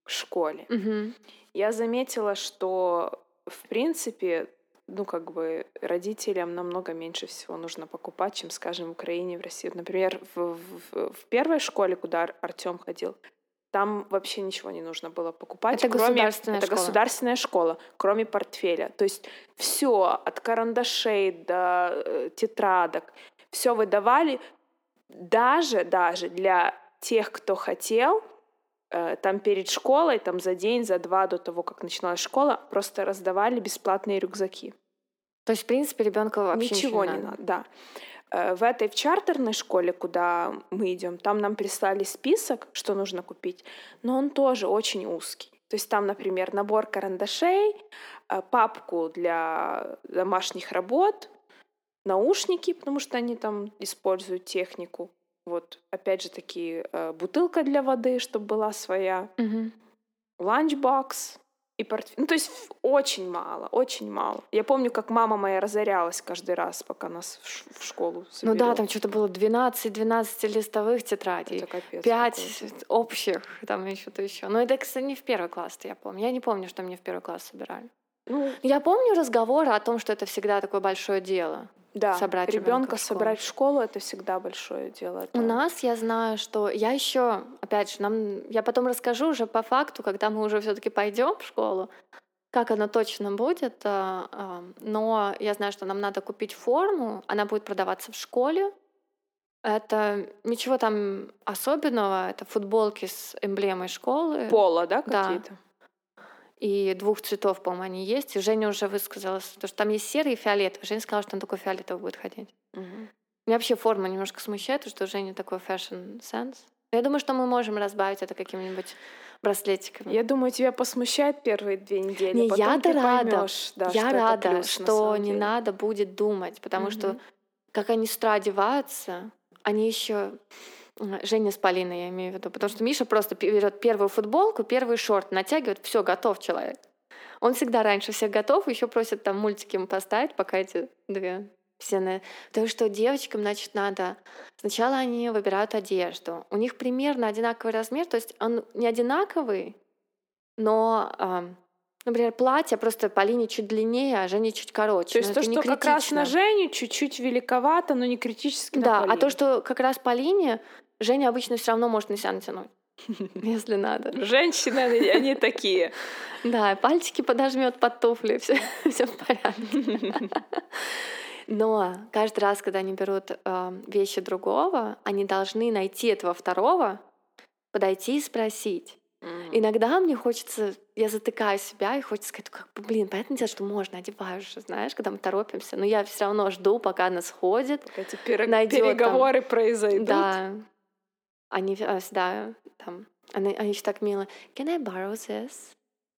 к школе. Мгм. Я заметила, что, в принципе, родителям намного меньше всего нужно покупать, чем, скажем, в Украине, в России. Вот, например, в первой школе, куда Артем ходил, там вообще ничего не нужно было покупать, Это государственная это школа. государственная школа, кроме портфеля. То есть все от карандашей до тетрадок, все выдавали, даже для тех, кто хотел, там перед школой, там за день, за два до того, как начиналась школа, просто раздавали бесплатные рюкзаки. То есть, в принципе, ребенку вообще Ничего не надо, да. В чартерной школе, куда мы идем, там нам прислали список, что нужно купить, но он тоже очень узкий. То есть там, например, набор карандашей, папку для домашних работ, наушники, потому что они там используют технику. Вот, опять же таки, бутылка для воды, чтобы была своя, Мгм. ланчбокс и портфель. Ну, то есть очень мало, очень мало. Я помню, как мама моя разорялась каждый раз, пока нас в школу Ну да, соберет. там что-то было 12 листовых тетрадей, Это капец 5 какой-то. общих, там еще что-то еще. Но это, кстати, не в первый класс, я помню. Я не помню, что мне в первый класс собирали. Ну, Я помню разговоры о том, что это всегда такое большое дело. да, собрать ребенка ребенка в школу. собрать в школу это всегда большое дело. У Это- нас я знаю, что я еще, опять же, я потом расскажу уже по факту, когда мы уже все-таки пойдем в школу, как оно точно будет. Но я знаю, что нам надо купить форму, она будет продаваться в школе. Это ничего там особенного, это футболки с эмблемой школы. Пола, да, Да. какие-то? И 2 цветов, по-моему, они есть. И Женя уже высказалась, потому что там есть серый и фиолетовый. Женя сказала, что он только фиолетовый будет ходить. Мгм. Меня вообще форма немножко смущает, потому что у Жени такой fashion sense. Я думаю, что мы можем разбавить это какими-нибудь браслетиками. Я думаю, тебя посмущает первые 2 недели, Не, потом я-то ты рада. поймешь, да, Я что это рада, плюс на что самом не деле. надо будет думать, потому что Мгм. как они с утра одеваются, они еще Женя с Полиной, я имею в виду, потому что Миша просто берет первую футболку, первый шорт, натягивает, все, готов человек. Он всегда раньше всех готов, еще просит там мультики ему поставить, пока эти 2 все. Потому что девочкам, значит, надо... Сначала они выбирают одежду. У них примерно одинаковый размер, то есть он не одинаковый, но, например, платье просто Полине чуть длиннее, а Жене чуть короче. То есть Но то, это не что как раз на критично. Женю чуть-чуть великовато, но не критически на Да, а Полину. то, что как раз Полине, Женя обычно все равно может на себя натянуть, если надо. Женщины, они такие. Да, пальчики подожмет под туфли, все в порядке. Но каждый раз, когда они берут вещи другого, они должны найти этого второго, подойти и спросить. Иногда мне хочется, я затыкаю себя и хочется сказать, как бы, блин, понятное дело, что можно, одеваю же, знаешь, когда мы торопимся, но я все равно жду, пока она сходит, Эти найдет там. переговоры произойдут. Да, они всегда там, они еще так мило. Can I borrow this?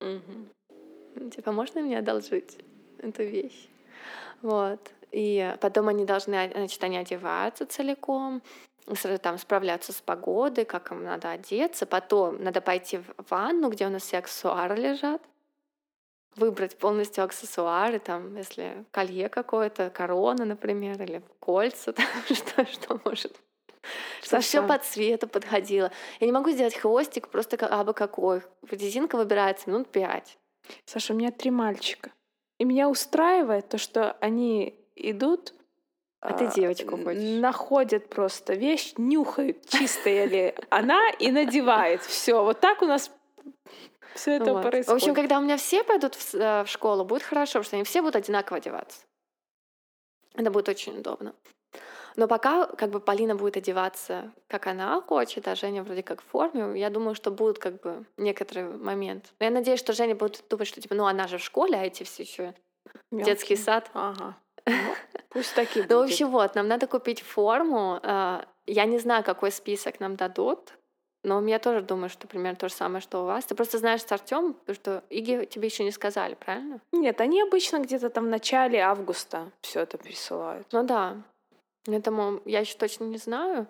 Мгм. Типа, можно мне одолжить эту вещь? Вот. И потом они должны, значит, они одеваются целиком, там справляться с погодой, как им надо одеться. Потом надо пойти в ванну, где у нас все аксессуары лежат, выбрать полностью аксессуары, там, если колье какое-то, корона, например, или кольца, там, что может. Чтобы все Саша. по цвету подходило. Я не могу сделать хвостик просто абы какой. Резинка выбирается минут 5. Саша, у меня 3 мальчика. И меня устраивает то, что они идут, А ты девочку хочешь. находят просто вещь, нюхают, чистая ли она, и надевает. Все, вот так у нас все это Вот. В происходит. общем, когда у меня все пойдут в школу, будет хорошо, потому что они все будут одинаково одеваться. Это будет очень удобно. Но пока как бы Полина будет одеваться, как она хочет, а Женя вроде как в форме, я думаю, что будут как бы некоторый момент. Но я надеюсь, что Женя будет думать, что типа, ну она же в школе, а эти все еще детский Мелкие. сад. Ага. Ну, пусть так и Ну, в будет. общем, вот, нам надо купить форму. Я не знаю, какой список нам дадут, но я тоже думаю, что примерно то же самое, что у вас. Ты просто знаешь с Артёмом, потому что Иге тебе еще не сказали, правильно? Нет, они обычно где-то там в начале августа все это присылают. Ну да. Поэтому я еще точно не знаю.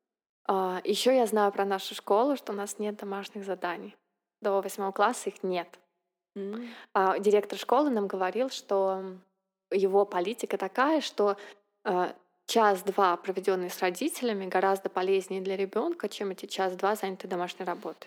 Еще я знаю про нашу школу, что у нас нет домашних заданий. До 8 класса их нет. Директор школы нам говорил, что его политика такая, что час-два, проведенные с родителями, гораздо полезнее для ребенка, чем эти час-два заняты домашней работой.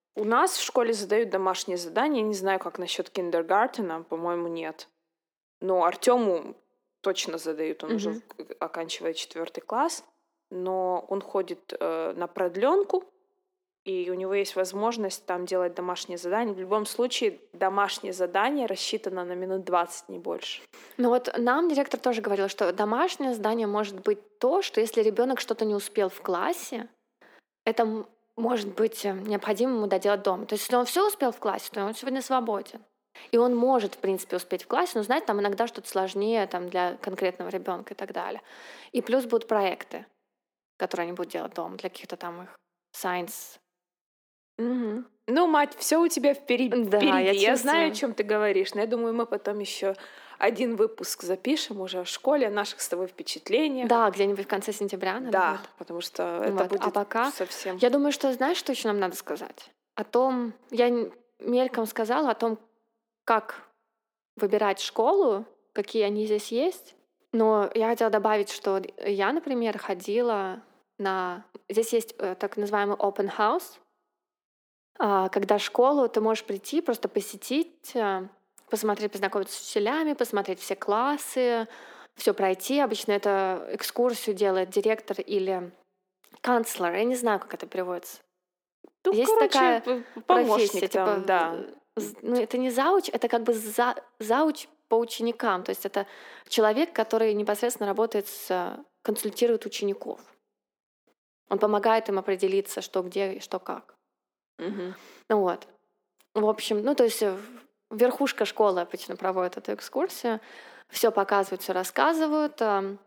У нас в школе задают домашние задания. Не знаю, как насчет киндергартена, по-моему, нет. Но Артему точно задают, он уже оканчивает 4 класс, но он ходит на продленку, и у него есть возможность там делать домашние задания. В любом случае, домашнее задание рассчитано на минут 20, не больше. Ну вот нам директор тоже говорил, что домашнее задание может быть то, что если ребенок что-то не успел в классе, это может быть необходимо ему доделать дома. То есть если он все успел в классе, то он сегодня свободен. И он может, в принципе, успеть в классе, но, знаете, там иногда что-то сложнее там, для конкретного ребенка и так далее. И плюс будут проекты, которые они будут делать дома для каких-то там их science. Ну, мать, все у тебя впереди. Да, Я знаю, о чувствую. чем ты говоришь, но я думаю, мы потом еще один выпуск запишем уже о школе, о наших с тобой впечатлениях. Да, где-нибудь в конце сентября надо Да, будет. потому что это Вот. будет А пока совсем... я думаю, что знаешь, что еще нам надо сказать? О том, я мельком сказала о том, как выбирать школу, какие они здесь есть. Но я хотела добавить, что я, например, ходила на... Здесь есть так называемый open house, когда школу ты можешь прийти, просто посетить, посмотреть, познакомиться с учителями, посмотреть все классы, все пройти. Обычно это экскурсию делает директор или канцлер. Я не знаю, как это переводится. Ну, Есть короче, такая профессия, помощник там, типа, да. ну это не зауч, это как бы зауч по ученикам. То есть это человек, который непосредственно работает консультирует учеников. Он помогает им определиться, что где и что как. Мгм. Ну вот. В общем, ну то есть верхушка школы обычно проводит эту экскурсию, все показывают, все рассказывают.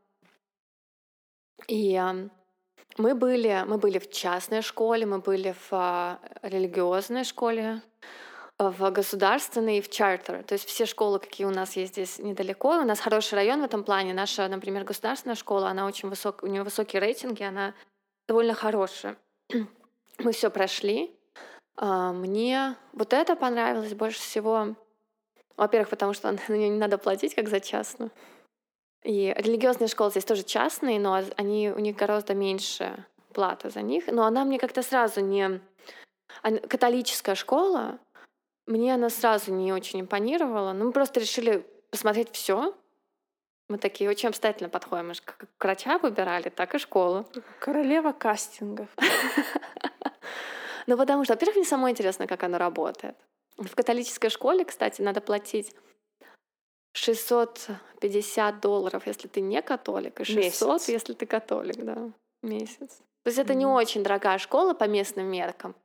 И мы были в частной школе, мы были в религиозной школе, в государственной и в чартер. То есть все школы, какие у нас есть здесь недалеко. У нас хороший район в этом плане. Наша, например, государственная школа, она очень высокая, у нее высокие рейтинги, она довольно хорошая. Мы все прошли. Мне вот это понравилось больше всего. Во-первых, потому что на нее не надо платить, как за частную. И религиозные школы здесь тоже частные, но у них гораздо меньше платы за них. Но она мне как-то сразу не... Католическая школа, мне она сразу не очень импонировала. Ну, мы просто решили посмотреть все. Мы такие очень обстоятельно подходим. Мы же как врача выбирали, так и школу. Королева кастингов. Ну, потому что, во-первых, мне самой интересно, как оно работает. В католической школе, кстати, надо платить $650, если ты не католик, и 600, Месяц. если ты католик, да, месяц. То есть это не очень дорогая школа по местным меркам,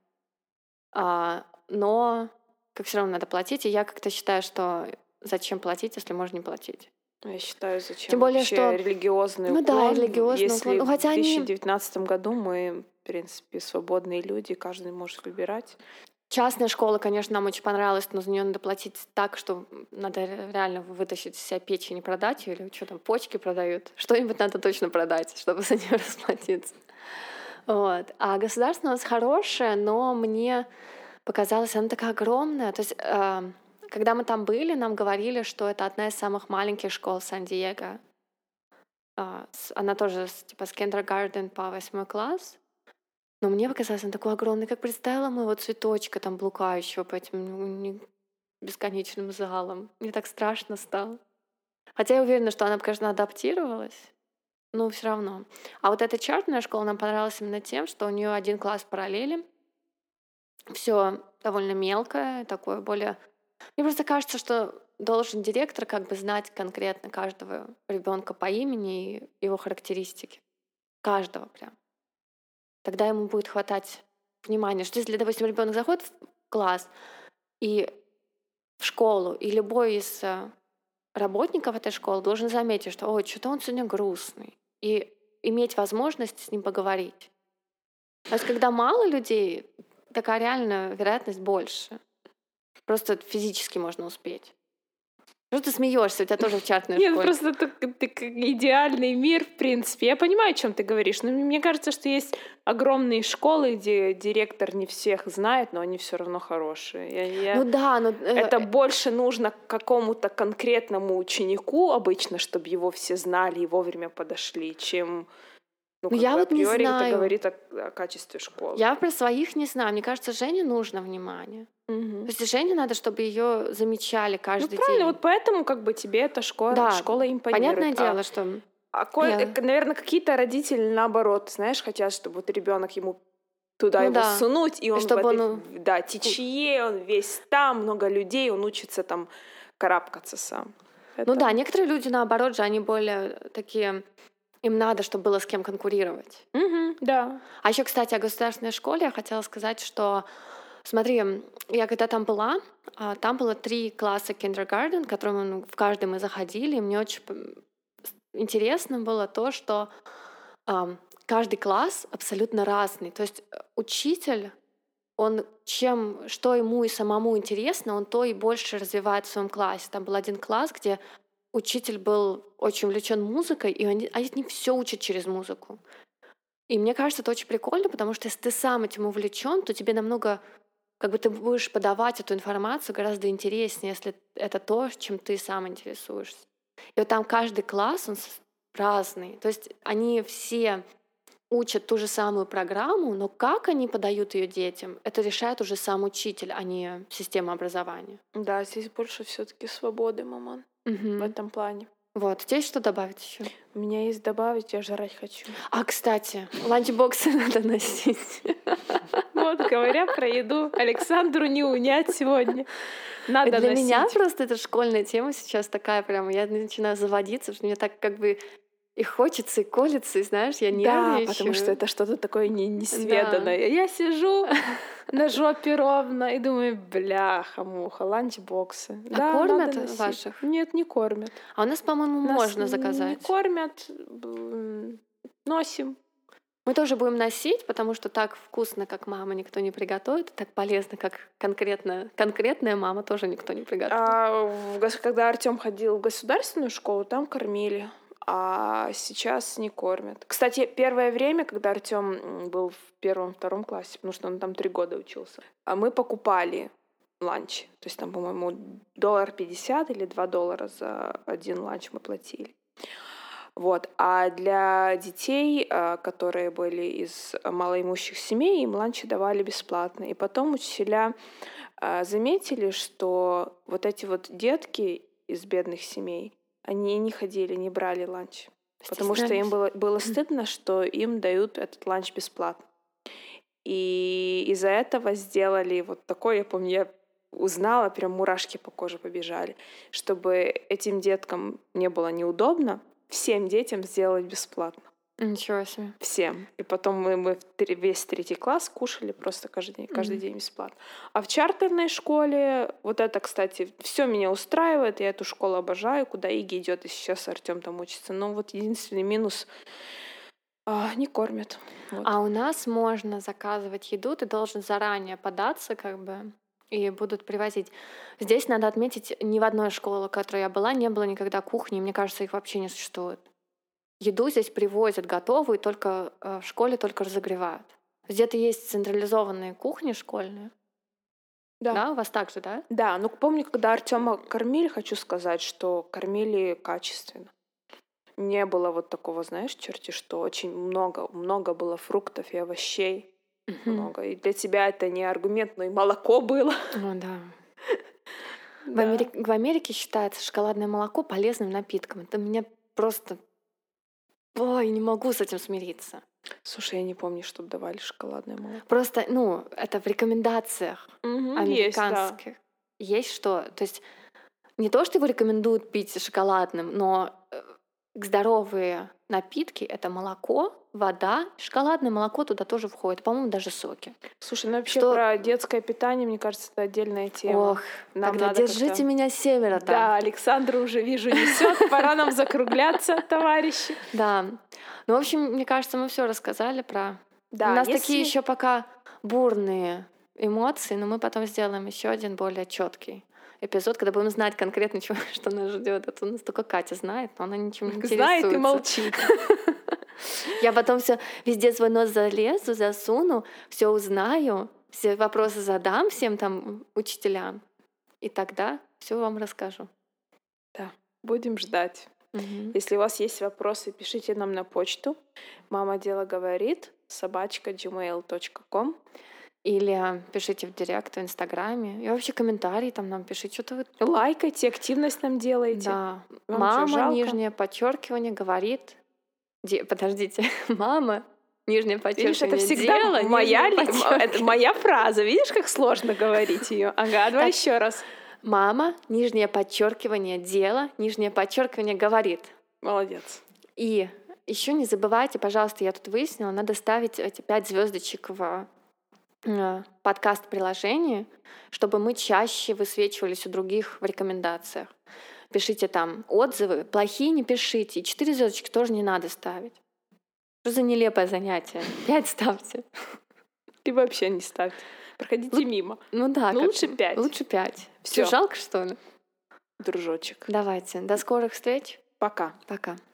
но как все равно надо платить, и я как-то считаю, что зачем платить, если можно не платить. Я считаю, зачем Тем более, вообще что... религиозный Ну уклон, да, религиозный если уклон. Ну, хотя в они... 2019 году мы, в принципе, свободные люди, каждый может выбирать. Частная школа, конечно, нам очень понравилась, но за нее надо платить так, что надо реально вытащить из себя печень и продать ее, или что там, почки продают. Что-нибудь надо точно продать, чтобы за нее расплатиться. Вот. А государственная у нас хорошая, но мне показалось, она такая огромная. То есть, когда мы там были, нам говорили, что это одна из самых маленьких школ Сан-Диего. Она тоже типа с kindergarten по 8 класс. Но мне показалось, она такой огромный, как представила моего цветочка там блукающего по этим бесконечным залам. Мне так страшно стало. Хотя я уверена, что она, конечно, адаптировалась, но все равно. А вот эта чартерная школа нам понравилась именно тем, что у нее один класс параллели. Все довольно мелкое, такое более... Мне просто кажется, что должен директор как бы знать конкретно каждого ребенка по имени и его характеристики. Каждого прям. Тогда ему будет хватать внимания. Что если, допустим, ребенок заходит в класс и в школу, и любой из работников этой школы должен заметить, что ой, что-то он сегодня грустный, и иметь возможность с ним поговорить. То есть, когда мало людей, такая реально вероятность больше. Просто физически можно успеть. Что ты смеешься? У тебя тоже в чартной Нет, школе. просто ты как идеальный мир, в принципе. Я понимаю, о чем ты говоришь, но мне кажется, что есть огромные школы, где директор не всех знает, но они все равно хорошие. Ну да, но... Это больше нужно какому-то конкретному ученику обычно, чтобы его все знали и вовремя подошли, чем Ну, Ну, как я бы вот не априори это знаю. говорит о качестве школы. Я про своих не знаю. Мне кажется, Жене нужно внимание. То Мгм. есть Жене надо, чтобы ее замечали Ну, каждый правильно, день. вот поэтому как бы тебе эта школа Да, понятное импонирует. дело, что я... Наверное, какие-то родители, наоборот, знаешь, хотят, чтобы вот ребенок ему туда Ну его да, сунуть, и он в чтобы этой, он... да, течее, он весь там, много людей, он учится там карабкаться сам. Ну Это... да, некоторые люди, наоборот же, они более такие... Им надо, чтобы было с кем конкурировать. да. А еще, кстати, о государственной школе я хотела сказать, что, смотри, я когда там была, там было 3 класса kindergarten, к которым в каждый мы заходили, и мне очень интересно было то, что каждый класс абсолютно разный. То есть учитель, он что ему и самому интересно, он то и больше развивает в своем классе. Там был один класс, где учитель был очень увлечен музыкой, и они все учат через музыку. И мне кажется, это очень прикольно, потому что если ты сам этим увлечен, то тебе намного, как бы ты будешь подавать эту информацию гораздо интереснее, если это то, чем ты сам интересуешься. И вот там каждый класс, он разный. То есть они все учат ту же самую программу, но как они подают ее детям, это решает уже сам учитель, а не система образования. Да, здесь больше все-таки свободы, маман, в этом плане. Вот, здесь что добавить еще? У меня есть добавить, я жрать хочу. А, кстати, ланчбоксы надо носить. Вот, говоря про еду, Александру не унять сегодня. Надо Для носить. меня просто эта школьная тема сейчас такая прям, я начинаю заводиться, что мне так как бы и хочется, и колется, и знаешь, я нервничаю. Да, потому что это что-то такое Да. несведанное. Я сижу на жопе ровно и думаю, бляха-муха, ланчбоксы. А Да, кормят надо носить. ваших? Нет, не кормят. А у нас, по-моему, Нас можно не заказать. кормят, носим. Мы тоже будем носить, потому что так вкусно, как мама, никто не приготовит, так полезно, как конкретная мама, тоже никто не приготовит. Когда Артём ходил в государственную школу, там кормили, а сейчас не кормят. Кстати, первое время, когда Артём был в 1-2 классе, потому что он там 3 года учился, мы покупали ланч. То есть там, по-моему, $1.50 или $2 за один ланч мы платили. Вот. А для детей, которые были из малоимущих семей, им ланчи давали бесплатно. И потом учителя заметили, что вот эти вот детки из бедных семей, они не ходили, не брали ланч. Потому что им было стыдно, что им дают этот ланч бесплатно. И из-за этого сделали вот такое, я помню, я узнала, прям мурашки по коже побежали, чтобы этим деткам не было неудобно, всем детям сделать бесплатно. Ничего себе. Всем. И потом мы весь 3 класс кушали просто каждый день бесплатно. А в чартерной школе, вот это, кстати, все меня устраивает, я эту школу обожаю, куда Иги идет, и сейчас Артём там учится. Но вот единственный минус не кормят. Вот. А у нас можно заказывать еду, ты должен заранее податься, как бы, и будут привозить. Здесь надо отметить, ни в одной школе, в которой я была, не было никогда кухни. Мне кажется, их вообще не существует. Еду здесь привозят готовую, только в школе только разогревают. Где-то есть централизованные кухни школьные. Да, у вас так же, да? Да, ну помню, когда Артёма кормили, хочу сказать, что кормили качественно. Не было вот такого, знаешь, черти, что очень много было фруктов и овощей. Много. И для тебя это не аргумент, но и молоко было. Ну да. Да. В Америке считается шоколадное молоко полезным напитком. Это меня просто... Ой, не могу с этим смириться. Слушай, я не помню, чтобы давали шоколадное молоко. Просто, это в рекомендациях американских. Есть что? То есть не то, что его рекомендуют пить шоколадным, но здоровые напитки — это молоко, вода, шоколадное молоко туда тоже входит, по-моему, даже соки. Слушай, ну вообще про детское питание, мне кажется, это отдельная тема. Ох, тогда держите меня севера там. Да, Александра уже вижу несет, пора нам закругляться, товарищи. Да. Ну, в общем, мне кажется, мы все рассказали про... Да, У нас такие еще пока бурные эмоции, но мы потом сделаем еще один более четкий эпизод, когда будем знать конкретно, что нас ждет. Это у нас только Катя знает, но она ничем не интересуется. Знает и молчит. Я потом все везде свой нос залезу, засуну, все узнаю, все вопросы задам всем там учителям, и тогда все вам расскажу. Да, будем ждать. Если у вас есть вопросы, пишите нам на почту «Мама дело говорит» @gmail.com. Или пишите в директ в Инстаграме. И вообще комментарии там нам пишите. Что-то вы... Лайкайте, активность нам делаете. Да. Вам Мама, что, жалко? нижнее подчеркивание, говорит... Подождите. Мама, нижнее подчеркивание, Видишь, это всегда дело, это моя фраза. Видишь, как сложно говорить ее? Ага, давай еще раз. Мама, нижнее подчеркивание, дело, нижнее подчеркивание, говорит. Молодец. И еще не забывайте, пожалуйста, я тут выяснила, надо ставить эти 5 звездочек в подкаст-приложении, чтобы мы чаще высвечивались у других в рекомендациях. Пишите там отзывы, плохие не пишите, и 4 звездочки тоже не надо ставить. Что за нелепое занятие? 5 ставьте. И вообще не ставьте. Проходите мимо. Ну да. Лучше 5. Лучше 5. Все жалко, что ли? Дружочек. Давайте. До скорых встреч. Пока. Пока.